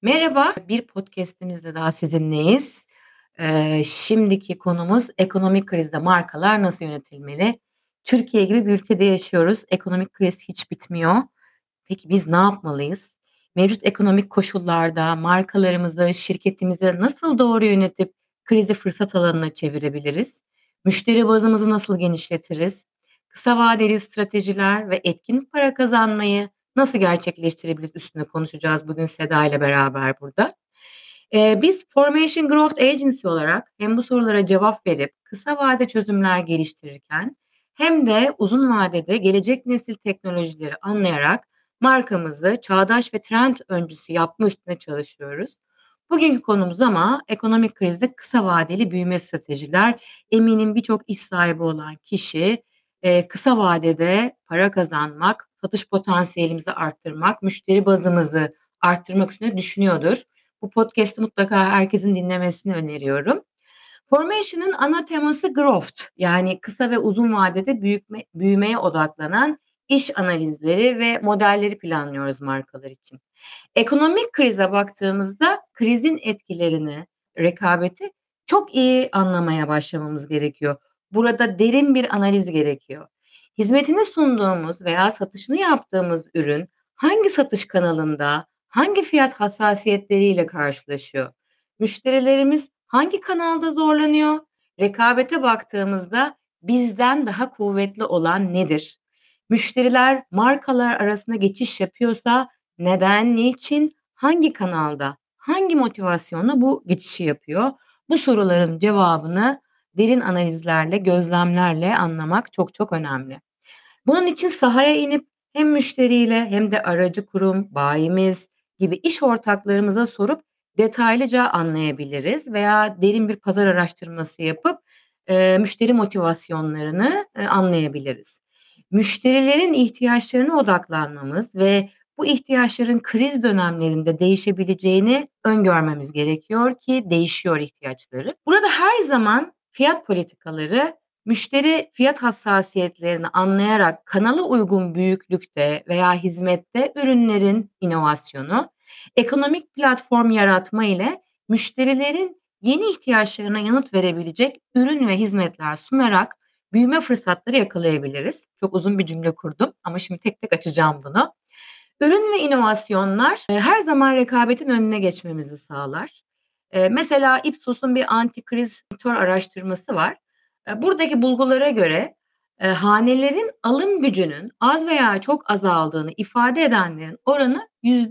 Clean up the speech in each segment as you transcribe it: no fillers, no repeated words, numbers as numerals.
Merhaba, bir podcast'imizde daha sizinleyiz. Şimdiki konumuz ekonomik krizde markalar nasıl yönetilmeli? Türkiye gibi bir ülkede yaşıyoruz. Ekonomik kriz hiç bitmiyor. Peki biz ne yapmalıyız? Mevcut ekonomik koşullarda markalarımızı, şirketimizi nasıl doğru yönetip krizi fırsat alanına çevirebiliriz? Müşteri bazımızı nasıl genişletiriz? Kısa vadeli stratejiler ve etkin para kazanmayı nasıl gerçekleştirebiliriz üstüne konuşacağız bugün Seda ile beraber burada. Biz Formation Growth Agency olarak hem bu sorulara cevap verip kısa vade çözümler geliştirirken hem de uzun vadede gelecek nesil teknolojileri anlayarak markamızı çağdaş ve trend öncüsü yapma üstüne çalışıyoruz. Bugünkü konumuz ama ekonomik krizde kısa vadeli büyüme stratejiler. Eminim birçok iş sahibi olan kişi kısa vadede para kazanmak, satış potansiyelimizi arttırmak, müşteri bazımızı arttırmak üstüne düşünüyordur. Bu podcast'ı mutlaka herkesin dinlemesini öneriyorum. Formation'ın ana teması growth, yani kısa ve uzun vadede büyümeye odaklanan iş analizleri ve modelleri planlıyoruz markalar için. Ekonomik krize baktığımızda krizin etkilerini, rekabeti çok iyi anlamaya başlamamız gerekiyor. Burada derin bir analiz gerekiyor. Hizmetini sunduğumuz veya satışını yaptığımız ürün hangi satış kanalında, hangi fiyat hassasiyetleriyle karşılaşıyor? Müşterilerimiz hangi kanalda zorlanıyor? Rekabete baktığımızda bizden daha kuvvetli olan nedir? Müşteriler markalar arasında geçiş yapıyorsa neden, niçin, hangi kanalda, hangi motivasyonla bu geçişi yapıyor? Bu soruların cevabını derin analizlerle, gözlemlerle anlamak çok çok önemli. Bunun için sahaya inip hem müşteriyle hem de aracı kurum, bayimiz gibi iş ortaklarımıza sorup detaylıca anlayabiliriz veya derin bir pazar araştırması yapıp, müşteri motivasyonlarını, anlayabiliriz. Müşterilerin ihtiyaçlarına odaklanmamız ve bu ihtiyaçların kriz dönemlerinde değişebileceğini öngörmemiz gerekiyor ki değişiyor ihtiyaçları. Burada her zaman fiyat politikaları, müşteri fiyat hassasiyetlerini anlayarak kanala uygun büyüklükte veya hizmette ürünlerin inovasyonu, ekonomik platform yaratma ile müşterilerin yeni ihtiyaçlarına yanıt verebilecek ürün ve hizmetler sunarak büyüme fırsatları yakalayabiliriz. Çok uzun bir cümle kurdum ama şimdi tek tek açacağım bunu. Ürün ve inovasyonlar, her zaman rekabetin önüne geçmemizi sağlar. Mesela Ipsos'un bir antikriz sektör araştırması var. Buradaki bulgulara göre, hanelerin alım gücünün az veya çok azaldığını ifade edenlerin oranı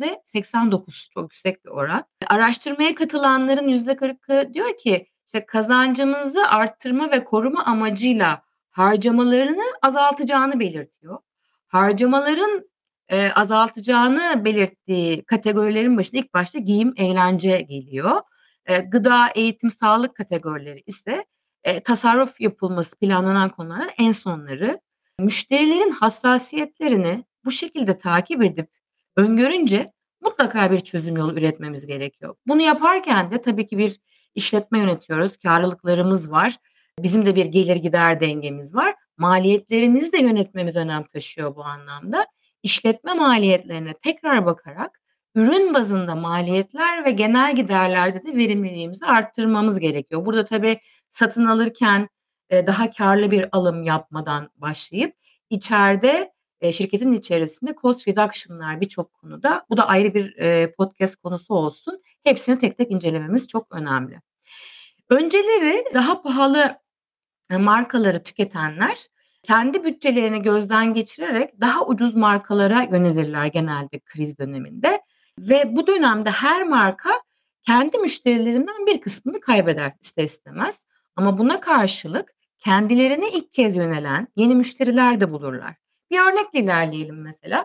%89, çok yüksek bir oran. Araştırmaya katılanların %40'ı diyor ki, işte, kazancımızı arttırma ve koruma amacıyla harcamalarını azaltacağını belirtiyor. Harcamaların azaltacağını belirttiği kategorilerin başında ilk başta giyim, eğlence geliyor. Gıda, eğitim, sağlık kategorileri ise, tasarruf yapılması planlanan konuların en sonları. Müşterilerin hassasiyetlerini bu şekilde takip edip öngörünce mutlaka bir çözüm yolu üretmemiz gerekiyor. Bunu yaparken de tabii ki bir işletme yönetiyoruz, kârlılıklarımız var. Bizim de bir gelir gider dengemiz var. Maliyetlerimizi de yönetmemiz önem taşıyor bu anlamda. İşletme maliyetlerine tekrar bakarak ürün bazında maliyetler ve genel giderlerde de verimliliğimizi arttırmamız gerekiyor. Burada tabii satın alırken, daha kârlı bir alım yapmadan başlayıp içeride, şirketin içerisinde cost reduction'lar birçok konuda, bu da ayrı bir, podcast konusu olsun. Hepsini tek tek incelememiz çok önemli. Önceleri daha pahalı markaları tüketenler kendi bütçelerini gözden geçirerek daha ucuz markalara yönelirler genelde kriz döneminde ve bu dönemde her marka kendi müşterilerinden bir kısmını kaybeder ister istemez ama buna karşılık kendilerine ilk kez yönelen yeni müşteriler de bulurlar. Bir örnekle ilerleyelim mesela.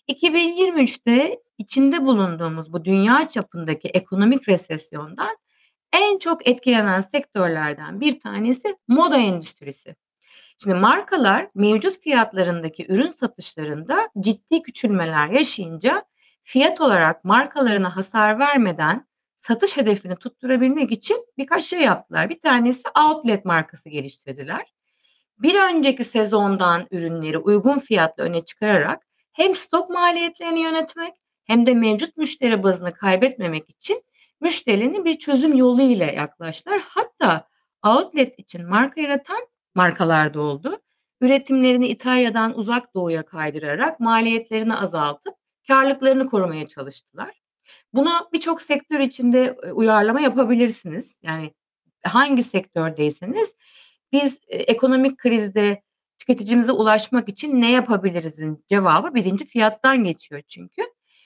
2023'te içinde bulunduğumuz bu dünya çapındaki ekonomik resesyondan en çok etkilenen sektörlerden bir tanesi moda endüstrisi. Şimdi markalar mevcut fiyatlarındaki ürün satışlarında ciddi küçülmeler yaşayınca fiyat olarak markalarına hasar vermeden satış hedefini tutturabilmek için birkaç şey yaptılar. Bir tanesi outlet markası geliştirdiler. Bir önceki sezondan ürünleri uygun fiyatla öne çıkararak hem stok maliyetlerini yönetmek hem de mevcut müşteri bazını kaybetmemek için müşterilerine bir çözüm yoluyla yaklaştılar. Hatta outlet için marka yaratan markalar da oldu. Üretimlerini İtalya'dan Uzak Doğu'ya kaydırarak maliyetlerini azaltıp kârlılıklarını korumaya çalıştılar. Bunu birçok sektör içinde, uyarlama yapabilirsiniz. Yani hangi sektördeyseniz biz, ekonomik krizde tüketicimize ulaşmak için ne yapabilirizin cevabı birinci fiyattan geçiyor çünkü.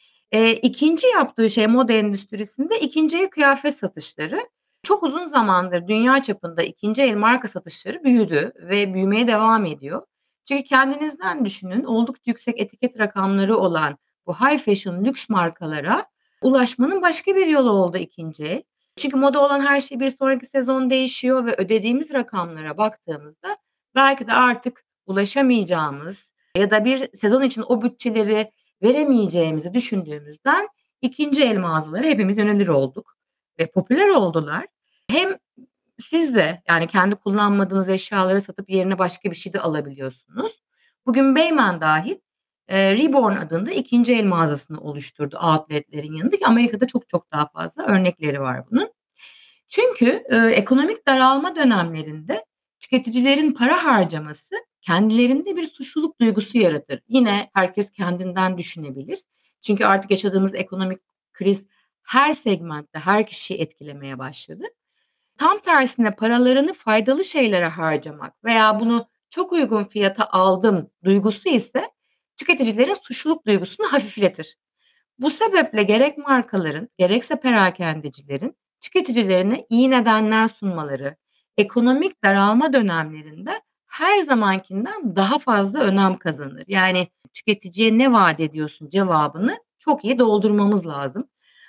2'nci yaptığı şey moda endüstrisinde 2'nci el kıyafet satışları. Çok uzun zamandır dünya çapında 2'nci el marka satışları büyüdü ve büyümeye devam ediyor. Çünkü kendinizden düşünün, oldukça yüksek etiket rakamları olan bu high fashion lüks markalara ulaşmanın başka bir yolu oldu 2'nci el. Çünkü moda olan her şey bir sonraki sezon değişiyor ve ödediğimiz rakamlara baktığımızda belki de artık ulaşamayacağımız ya da bir sezon için o bütçeleri veremeyeceğimizi düşündüğümüzden 2'nci el mağazalara hepimiz yönelir olduk ve popüler oldular. Hem siz de, yani, kendi kullanmadığınız eşyaları satıp yerine başka bir şey de alabiliyorsunuz. Bugün Beymen dâhil, Reborn adında 2'nci el mağazasını oluşturdu outlet'lerin yanında ki Amerika'da çok çok daha fazla örnekleri var bunun. Çünkü, ekonomik daralma dönemlerinde tüketicilerin para harcaması kendilerinde bir suçluluk duygusu yaratır. Yine herkes kendinden düşünebilir. Çünkü artık yaşadığımız ekonomik kriz her segmentte her kişiyi etkilemeye başladı. Tam tersine paralarını faydalı şeylere harcamak veya bunu çok uygun fiyata aldım duygusu ise tüketicilerin suçluluk duygusunu hafifletir. Bu sebeple gerek markaların gerekse perakendecilerin tüketicilerine iyi nedenler sunmaları, ekonomik daralma dönemlerinde her zamankinden daha fazla önem kazanır. Yani tüketiciye ne vaat ediyorsun cevabını çok iyi doldurmamız lazım.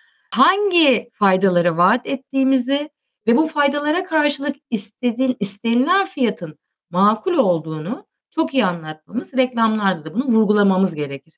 Hangi faydaları vaat ettiğimizi ve bu faydalara karşılık istenilen fiyatın makul olduğunu çok iyi anlatmamız, reklamlarda da bunu vurgulamamız gerekir.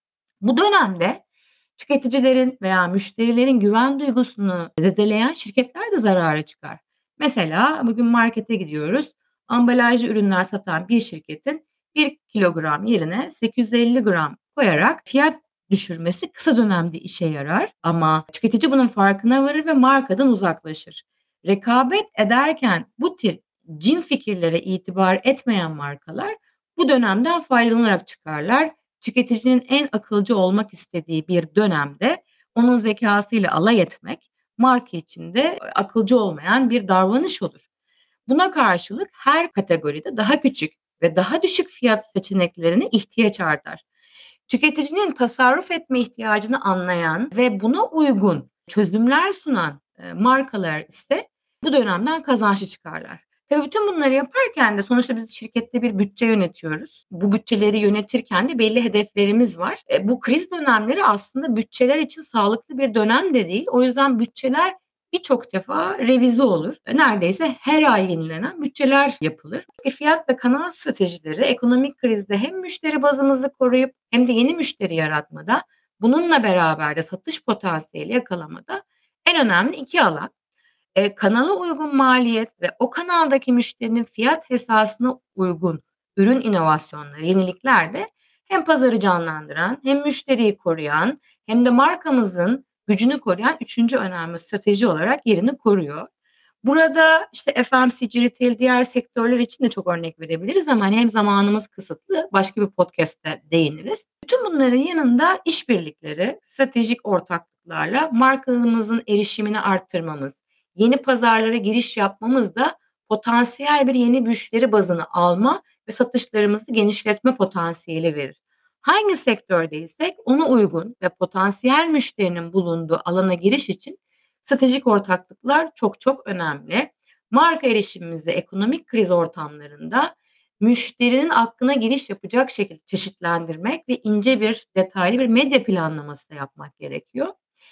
Bu dönemde tüketicilerin veya müşterilerin güven duygusunu zedeleyen şirketler de zarara çıkar. Mesela bugün markete gidiyoruz. Ambalajlı ürünler satan bir şirketin 1 kilogram yerine 850 gram koyarak fiyat düşürmesi kısa dönemde işe yarar ama tüketici bunun farkına varır ve markadan uzaklaşır. Rekabet ederken bu tür cin fikirlere itibar etmeyen markalar bu dönemden faydalanarak çıkarlar. Tüketicinin en akılcı olmak istediği bir dönemde onun zekâsıyla alay etmek marka içinde akılcı olmayan bir davranış olur. Buna karşılık her kategoride daha küçük ve daha düşük fiyat seçeneklerine ihtiyaç artar. Tüketicinin tasarruf etme ihtiyacını anlayan ve buna uygun çözümler sunan, markalar ise bu dönemden kazançlı çıkarlar. Tabii bütün bunları yaparken de sonuçta biz şirkette bir bütçe yönetiyoruz. Bu bütçeleri yönetirken de belli hedeflerimiz var. Bu kriz dönemleri aslında bütçeler için sağlıklı bir dönem de değil. O yüzden bütçeler birçok defa revize olur. Neredeyse her ay yenilenen bütçeler yapılır. Fiyat ve kanal stratejileri ekonomik krizde hem müşteri bazımızı koruyup hem de yeni müşteri yaratmada, bununla beraber de satış potansiyeli yakalamada en önemli 2 alan. Kanala uygun maliyet ve o kanaldaki müşterinin fiyat hesasına uygun ürün inovasyonları, yenilikler de hem pazarı canlandıran hem müşteriyi koruyan hem de markamızın gücünü koruyan 3'üncü önemli strateji olarak yerini koruyor. Burada, işte, FMCG, retail, diğer sektörler için de çok örnek verebiliriz ama, hani, hem zamanımız kısıtlı, başka bir podcast'te değiniriz. Bütün bunların yanında işbirlikleri, stratejik ortaklıklarla markamızın erişimini arttırmamız, yeni pazarlara giriş yapmamız da potansiyel bir yeni müşteri bazını alma ve satışlarımızı genişletme potansiyeli verir. Hangi sektördeysek ona uygun ve potansiyel müşterinin bulunduğu alana giriş için stratejik ortaklıklar çok çok önemli. Marka erişimimizi ekonomik kriz ortamlarında müşterinin aklına giriş yapacak şekilde çeşitlendirmek ve ince bir, detaylı bir medya planlaması da yapmak gerekiyor.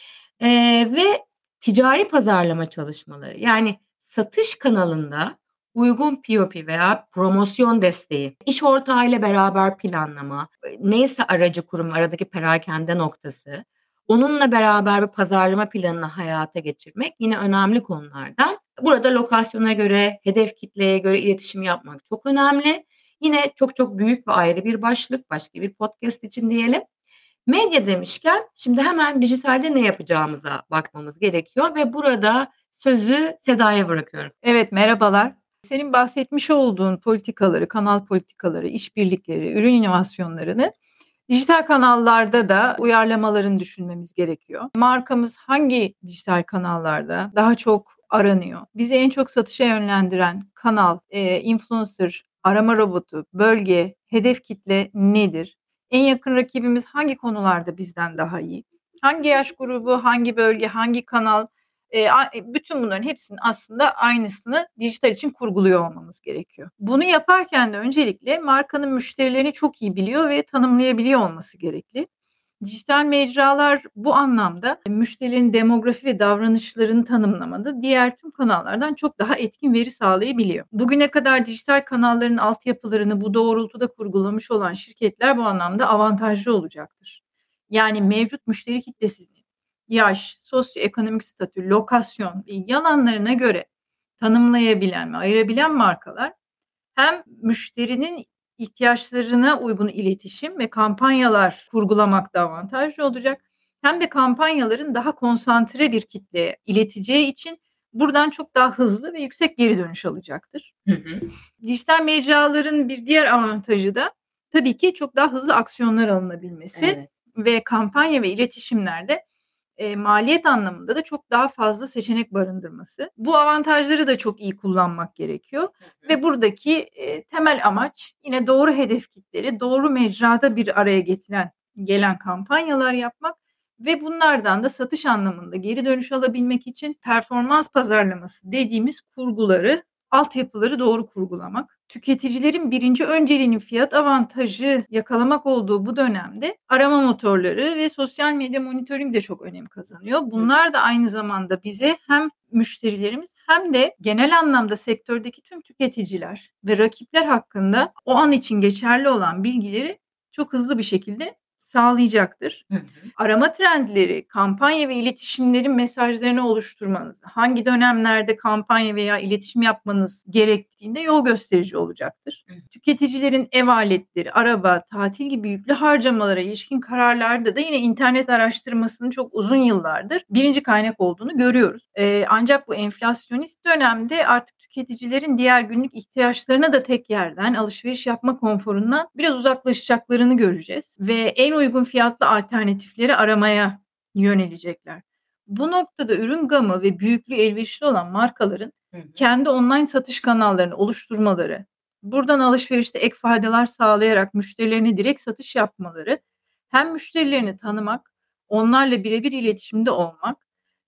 Ve ticari pazarlama çalışmaları, yani satış kanalında uygun POP veya promosyon desteği, iş ortağıyla beraber planlama, neyse aracı kurum, aradaki perakende noktası, onunla beraber bir pazarlama planını hayata geçirmek yine önemli konulardan. Burada lokasyona göre, hedef kitleye göre iletişim yapmak çok önemli. Yine çok çok büyük ve ayrı bir başlık, başka bir podcast için diyelim. Medya demişken şimdi hemen dijitalde ne yapacağımıza bakmamız gerekiyor ve burada sözü Seda'ya bırakıyorum. Evet, merhabalar. Senin bahsetmiş olduğun politikaları, kanal politikaları, işbirlikleri, ürün inovasyonlarını dijital kanallarda da uyarlamalarını düşünmemiz gerekiyor. Markamız hangi dijital kanallarda daha çok aranıyor? Bizi en çok satışa yönlendiren kanal, influencer, arama robotu, bölge, hedef kitle nedir? En yakın rakibimiz hangi konularda bizden daha iyi? Hangi yaş grubu, hangi bölge, hangi kanal? Bütün bunların hepsinin aslında aynısını dijital için kurguluyor olmamız gerekiyor. Bunu yaparken de öncelikle markanın müşterilerini çok iyi biliyor ve tanımlayabiliyor olması gerekli. Dijital mecralar bu anlamda müşterilerin demografi ve davranışlarını tanımlamada diğer tüm kanallardan çok daha etkin veri sağlayabiliyor. Bugüne kadar dijital kanalların altyapılarını bu doğrultuda kurgulamış olan şirketler bu anlamda avantajlı olacaktır. Yani mevcut müşteri kitlesini yaş, sosyoekonomik statü, lokasyon ve ilgi alanlarına göre tanımlayabilen ve ayırabilen markalar hem müşterinin ihtiyaçlarına uygun iletişim ve kampanyalar kurgulamakta avantajlı olacak hem de kampanyaların daha konsantre bir kitleye ileteceği için buradan çok daha hızlı ve yüksek geri dönüş alacaktır. Hı hı. Dijital mecraların bir diğer avantajı da tabii ki çok daha hızlı aksiyonlar alınabilmesi Evet. ve kampanya ve iletişimlerde maliyet anlamında da çok daha fazla seçenek barındırması. Bu avantajları da çok iyi kullanmak gerekiyor Hı hı. ve buradaki, temel amaç yine doğru hedef kitleri doğru mecrada bir araya gelen kampanyalar yapmak ve bunlardan da satış anlamında geri dönüş alabilmek için performans pazarlaması dediğimiz kurguları, altyapıları doğru kurgulamak. Tüketicilerin birinci önceliğinin fiyat avantajı yakalamak olduğu bu dönemde arama motorları ve sosyal medya monitoring de çok önem kazanıyor. Bunlar da aynı zamanda bize hem müşterilerimiz hem de genel anlamda sektördeki tüm tüketiciler ve rakipler hakkında o an için geçerli olan bilgileri çok hızlı bir şekilde sağlayacaktır. Hı hı. Arama trendleri, kampanya ve iletişimlerin mesajlarını oluşturmanız, hangi dönemlerde kampanya veya iletişim yapmanız gerektiğinde yol gösterici olacaktır. Hı. Tüketicilerin ev aletleri, araba, tatil gibi yüklü harcamalara ilişkin kararlarda da yine internet araştırmasının çok uzun yıllardır birinci kaynak olduğunu görüyoruz. Ancak bu enflasyonist dönemde artık tüketicilerin diğer günlük ihtiyaçlarına da tek yerden alışveriş yapma konforundan biraz uzaklaşacaklarını göreceğiz ve en uygun fiyatlı alternatifleri aramaya yönelecekler. Bu noktada ürün gamı ve büyüklüğü elverişli olan markaların Hı hı. kendi online satış kanallarını oluşturmaları, buradan alışverişte ek faydalar sağlayarak müşterilerine direkt satış yapmaları, hem müşterilerini tanımak, onlarla birebir iletişimde olmak,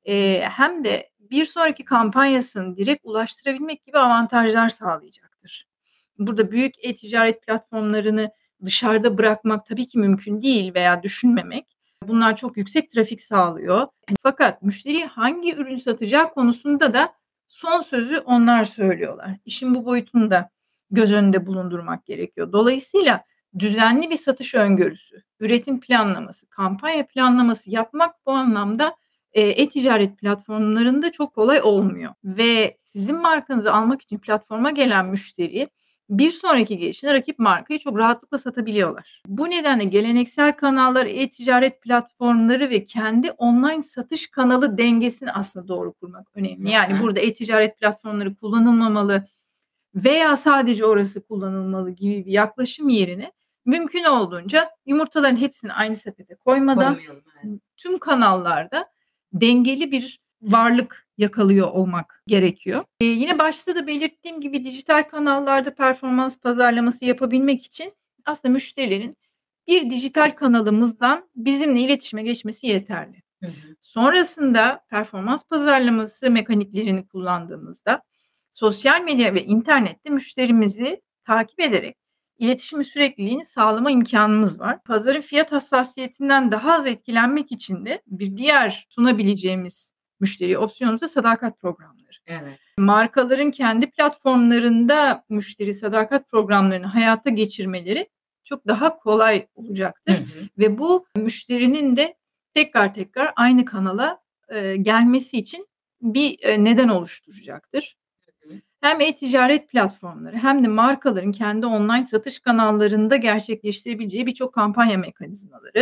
hem de bir sonraki kampanyasını direkt ulaştırabilmek gibi avantajlar sağlayacaktır. Burada büyük e-ticaret platformlarını dışarıda bırakmak tabii ki mümkün değil veya düşünmemek. Bunlar çok yüksek trafik sağlıyor. Fakat müşteri hangi ürün satacağı konusunda da son sözü onlar söylüyorlar. İşin bu boyutunu da göz önünde bulundurmak gerekiyor. Dolayısıyla düzenli bir satış öngörüsü, üretim planlaması, kampanya planlaması yapmak bu anlamda e-ticaret platformlarında çok kolay olmuyor ve sizin markanızı almak için platforma gelen müşteriye bir sonraki gelişinde rakip markayı çok rahatlıkla satabiliyorlar. Bu nedenle geleneksel kanallar, e-ticaret platformları ve kendi online satış kanalı dengesini aslında doğru kurmak önemli. Yani Hı hı. burada e-ticaret platformları kullanılmamalı veya sadece orası kullanılmalı gibi bir yaklaşım yerine mümkün olduğunca yumurtaların hepsini aynı sepete koymadan Koymayalım, evet. tüm kanallarda dengeli bir varlık yakalıyor olmak gerekiyor. Yine başta da belirttiğim gibi dijital kanallarda performans pazarlaması yapabilmek için aslında müşterilerin bir dijital kanalımızdan bizimle iletişime geçmesi yeterli. Hı hı. Sonrasında performans pazarlaması mekaniklerini kullandığımızda sosyal medya ve internette müşterimizi takip ederek iletişim sürekliliğini sağlama imkânımız var. Pazarın fiyat hassasiyetinden daha az etkilenmek için de bir diğer sunabileceğimiz müşteri opsiyonumuz da sadakat programları. Evet. Markaların kendi platformlarında müşteri sadakat programlarını hayata geçirmeleri çok daha kolay Hı olacaktır hı. ve bu müşterinin de tekrar tekrar aynı kanala, gelmesi için bir, neden oluşturacaktır. Hı hı. Hem e-ticaret platformları hem de markaların kendi online satış kanallarında gerçekleştirebileceği birçok kampanya mekanizmaları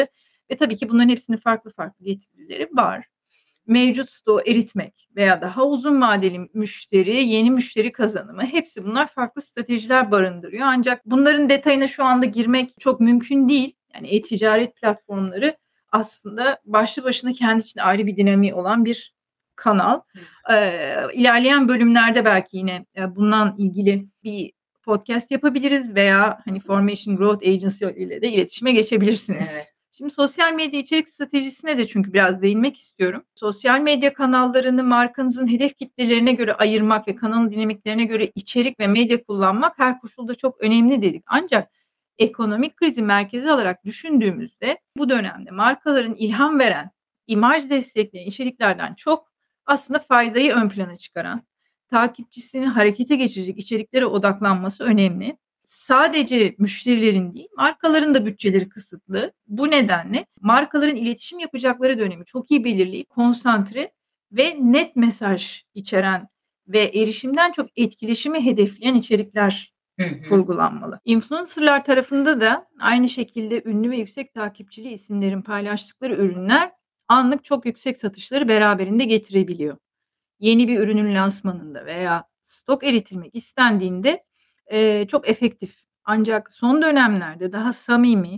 Ve tabii ki bunların hepsinin farklı farklı getirileri var. Mevcut stoğu eritmek veya daha uzun vadeli müşteri, yeni müşteri kazanımı hepsi bunlar farklı stratejiler barındırıyor. Ancak bunların detayına şu anda girmek çok mümkün değil. Yani e-ticaret platformları aslında başlı başına kendi içinde ayrı bir dinamiği olan bir kanal. İlerleyen bölümlerde belki yine bundan ilgili bir podcast yapabiliriz veya hani Formation Growth Agency ile de iletişime geçebilirsiniz. Evet. Şimdi sosyal medya içerik stratejisine de çünkü biraz değinmek istiyorum. Sosyal medya kanallarını markanızın hedef kitlelerine göre ayırmak ve kanalın dinamiklerine göre içerik ve medya kullanmak her koşulda çok önemli dedik. Ancak ekonomik krizi merkeze alarak düşündüğümüzde bu dönemde markaların ilham veren, imaj destekleyen içeriklerden çok aslında faydayı ön plana çıkaran, takipçisini harekete geçirecek içeriklere odaklanması önemli. Sadece müşterilerin değil, markaların da bütçeleri kısıtlı. Bu nedenle markaların iletişim yapacakları dönemi çok iyi belirleyip konsantre ve net mesaj içeren ve erişimden çok etkileşimi hedefleyen içerikler kurgulanmalı. Influencer'lar tarafında da aynı şekilde ünlü ve yüksek takipçili isimlerin paylaştıkları ürünler anlık çok yüksek satışları beraberinde getirebiliyor. Yeni bir ürünün lansmanında veya stok eritilmek istendiğinde çok efektif. Ancak son dönemlerde daha samimi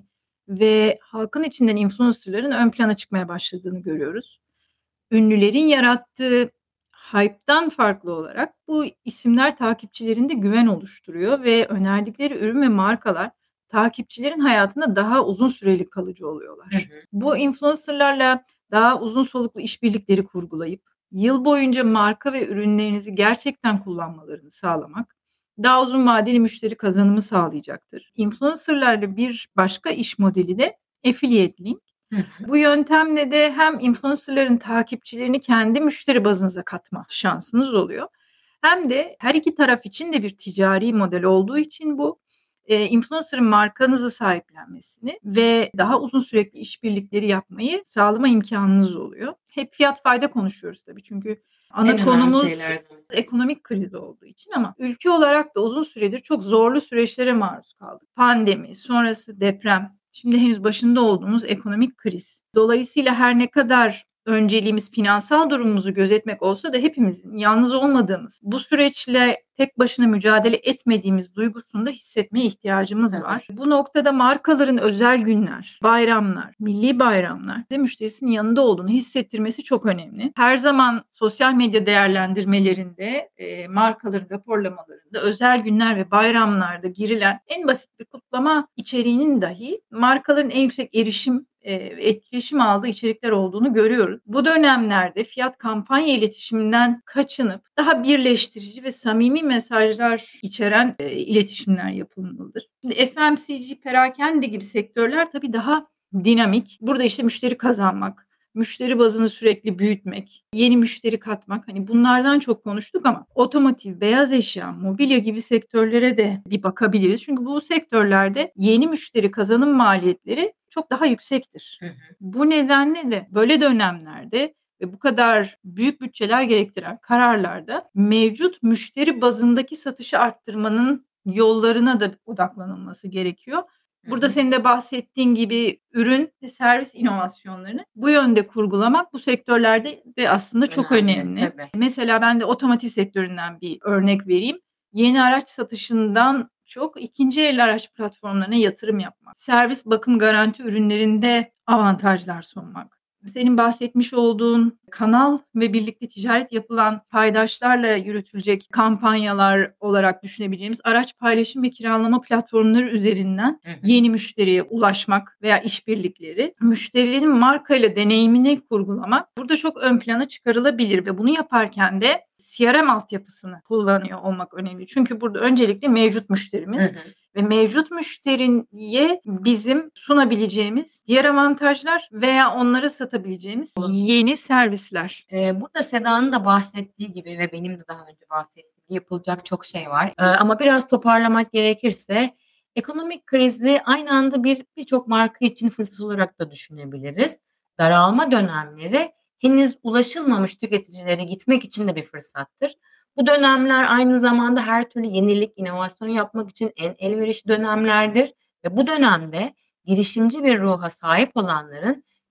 ve halkın içinden influencer'ların ön plana çıkmaya başladığını görüyoruz. Ünlülerin yarattığı hype'tan farklı olarak bu isimler takipçilerinde güven oluşturuyor ve önerdikleri ürün ve markalar takipçilerin hayatında daha uzun süreli kalıcı oluyorlar. Bu influencer'larla daha uzun soluklu işbirlikleri kurgulayıp yıl boyunca marka ve ürünlerinizi gerçekten kullanmalarını sağlamak daha uzun vadeli müşteri kazanımı sağlayacaktır. Influencer'larla bir başka iş modeli de affiliate link. Bu yöntemle de hem influencer'ların takipçilerini kendi müşteri bazınıza katma şansınız oluyor. Hem de her iki taraf için de bir ticari model olduğu için bu influencer'ın markanızı sahiplenmesini ve daha uzun sürekli işbirlikleri yapmayı sağlama imkanınız oluyor. Hep fiyat fayda konuşuyoruz tabii çünkü ana konumuz ekonomik kriz olduğu için ama ülke olarak da uzun süredir çok zorlu süreçlere maruz kaldık. Pandemi, sonrası deprem, şimdi henüz başında olduğumuz ekonomik kriz. Dolayısıyla her ne kadar önceliğimiz finansal durumumuzu gözetmek olsa da hepimizin yalnız olmadığımız, bu süreçle tek başına mücadele etmediğimiz duygusunu da hissetmeye ihtiyacımız var. Bu noktada markaların özel günler, bayramlar, milli bayramlar ve müşterisinin yanında olduğunu hissettirmesi çok önemli. Her zaman sosyal medya değerlendirmelerinde, markaların raporlamalarında özel günler ve bayramlarda girilen en basit bir kutlama içeriğinin dahi markaların en yüksek erişim etkileşim aldığı içerikler olduğunu görüyoruz. Bu dönemlerde fiyat kampanya iletişiminden kaçınıp daha birleştirici ve samimi mesajlar içeren iletişimler yapılmalıdır. Şimdi FMCG, perakende gibi sektörler tabii daha dinamik. Burada işte müşteri kazanmak, müşteri bazını sürekli büyütmek, yeni müşteri katmak, hani bunlardan çok konuştuk ama otomotiv, beyaz eşya, mobilya gibi sektörlere de bir bakabiliriz. Çünkü bu sektörlerde yeni müşteri kazanım maliyetleri çok daha yüksektir. Bu nedenle de böyle dönemlerde ve bu kadar büyük bütçeler gerektiren kararlarda mevcut müşteri bazındaki satışı arttırmanın yollarına da odaklanılması gerekiyor. Burada senin de bahsettiğin gibi ürün ve servis inovasyonlarını bu yönde kurgulamak bu sektörlerde de aslında çok önemli. Tabii. Mesela ben de otomotiv sektöründen bir örnek vereyim. Yeni araç satışından çok ikinci el araç platformlarına yatırım yapmak, servis bakım garanti ürünlerinde avantajlar sunmak. Senin bahsetmiş olduğun kanal ve birlikte ticaret yapılan paydaşlarla yürütülecek kampanyalar olarak düşünebileceğimiz araç paylaşım ve kiralama platformları üzerinden yeni müşteriye ulaşmak veya işbirlikleri, müşterilerin markayla deneyimini kurgulamak burada çok ön plana çıkarılabilir ve bunu yaparken de CRM altyapısını kullanıyor olmak önemli. Çünkü burada öncelikle mevcut müşterimiz ve mevcut müşteriye bizim sunabileceğimiz diğer avantajlar veya onlara satabileceğimiz yeni servisler. Burada Seda'nın da bahsettiği gibi ve benim de daha önce bahsettiğim gibi yapılacak çok şey var. Ama biraz toparlamak gerekirse ekonomik krizi aynı anda birçok marka için fırsat olarak da düşünebiliriz. Daralma dönemleri henüz ulaşılmamış tüketicilere gitmek için de bir fırsattır. Bu dönemler aynı zamanda her türlü yenilik, inovasyon yapmak için en elverişli dönemlerdir ve bu dönemde girişimci bir ruha sahip olanların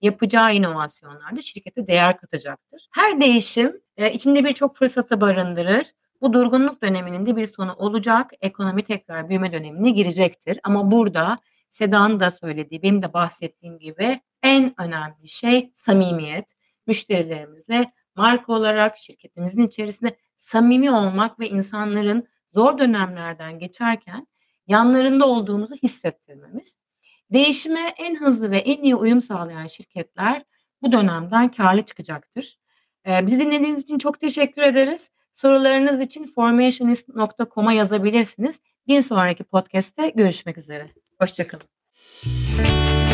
yapacağı inovasyonlar da şirkete değer katacaktır. Her değişim içinde birçok fırsatı barındırır. Bu durgunluk döneminin de bir sonu olacak. Ekonomi tekrar büyüme dönemine girecektir. Ama burada Seda'nın da söylediği, benim de bahsettiğim gibi en önemli şey samimiyet. Müşterilerimizle marka olarak şirketimizin içerisinde samimi olmak ve insanların zor dönemlerden geçerken yanlarında olduğumuzu hissettirmemiz. Değişime en hızlı ve en iyi uyum sağlayan şirketler bu dönemden kârlı çıkacaktır. Bizi dinlediğiniz için çok teşekkür ederiz. Sorularınız için formationist.com'a yazabilirsiniz. Bir sonraki podcast'te görüşmek üzere. Hoşça kalın.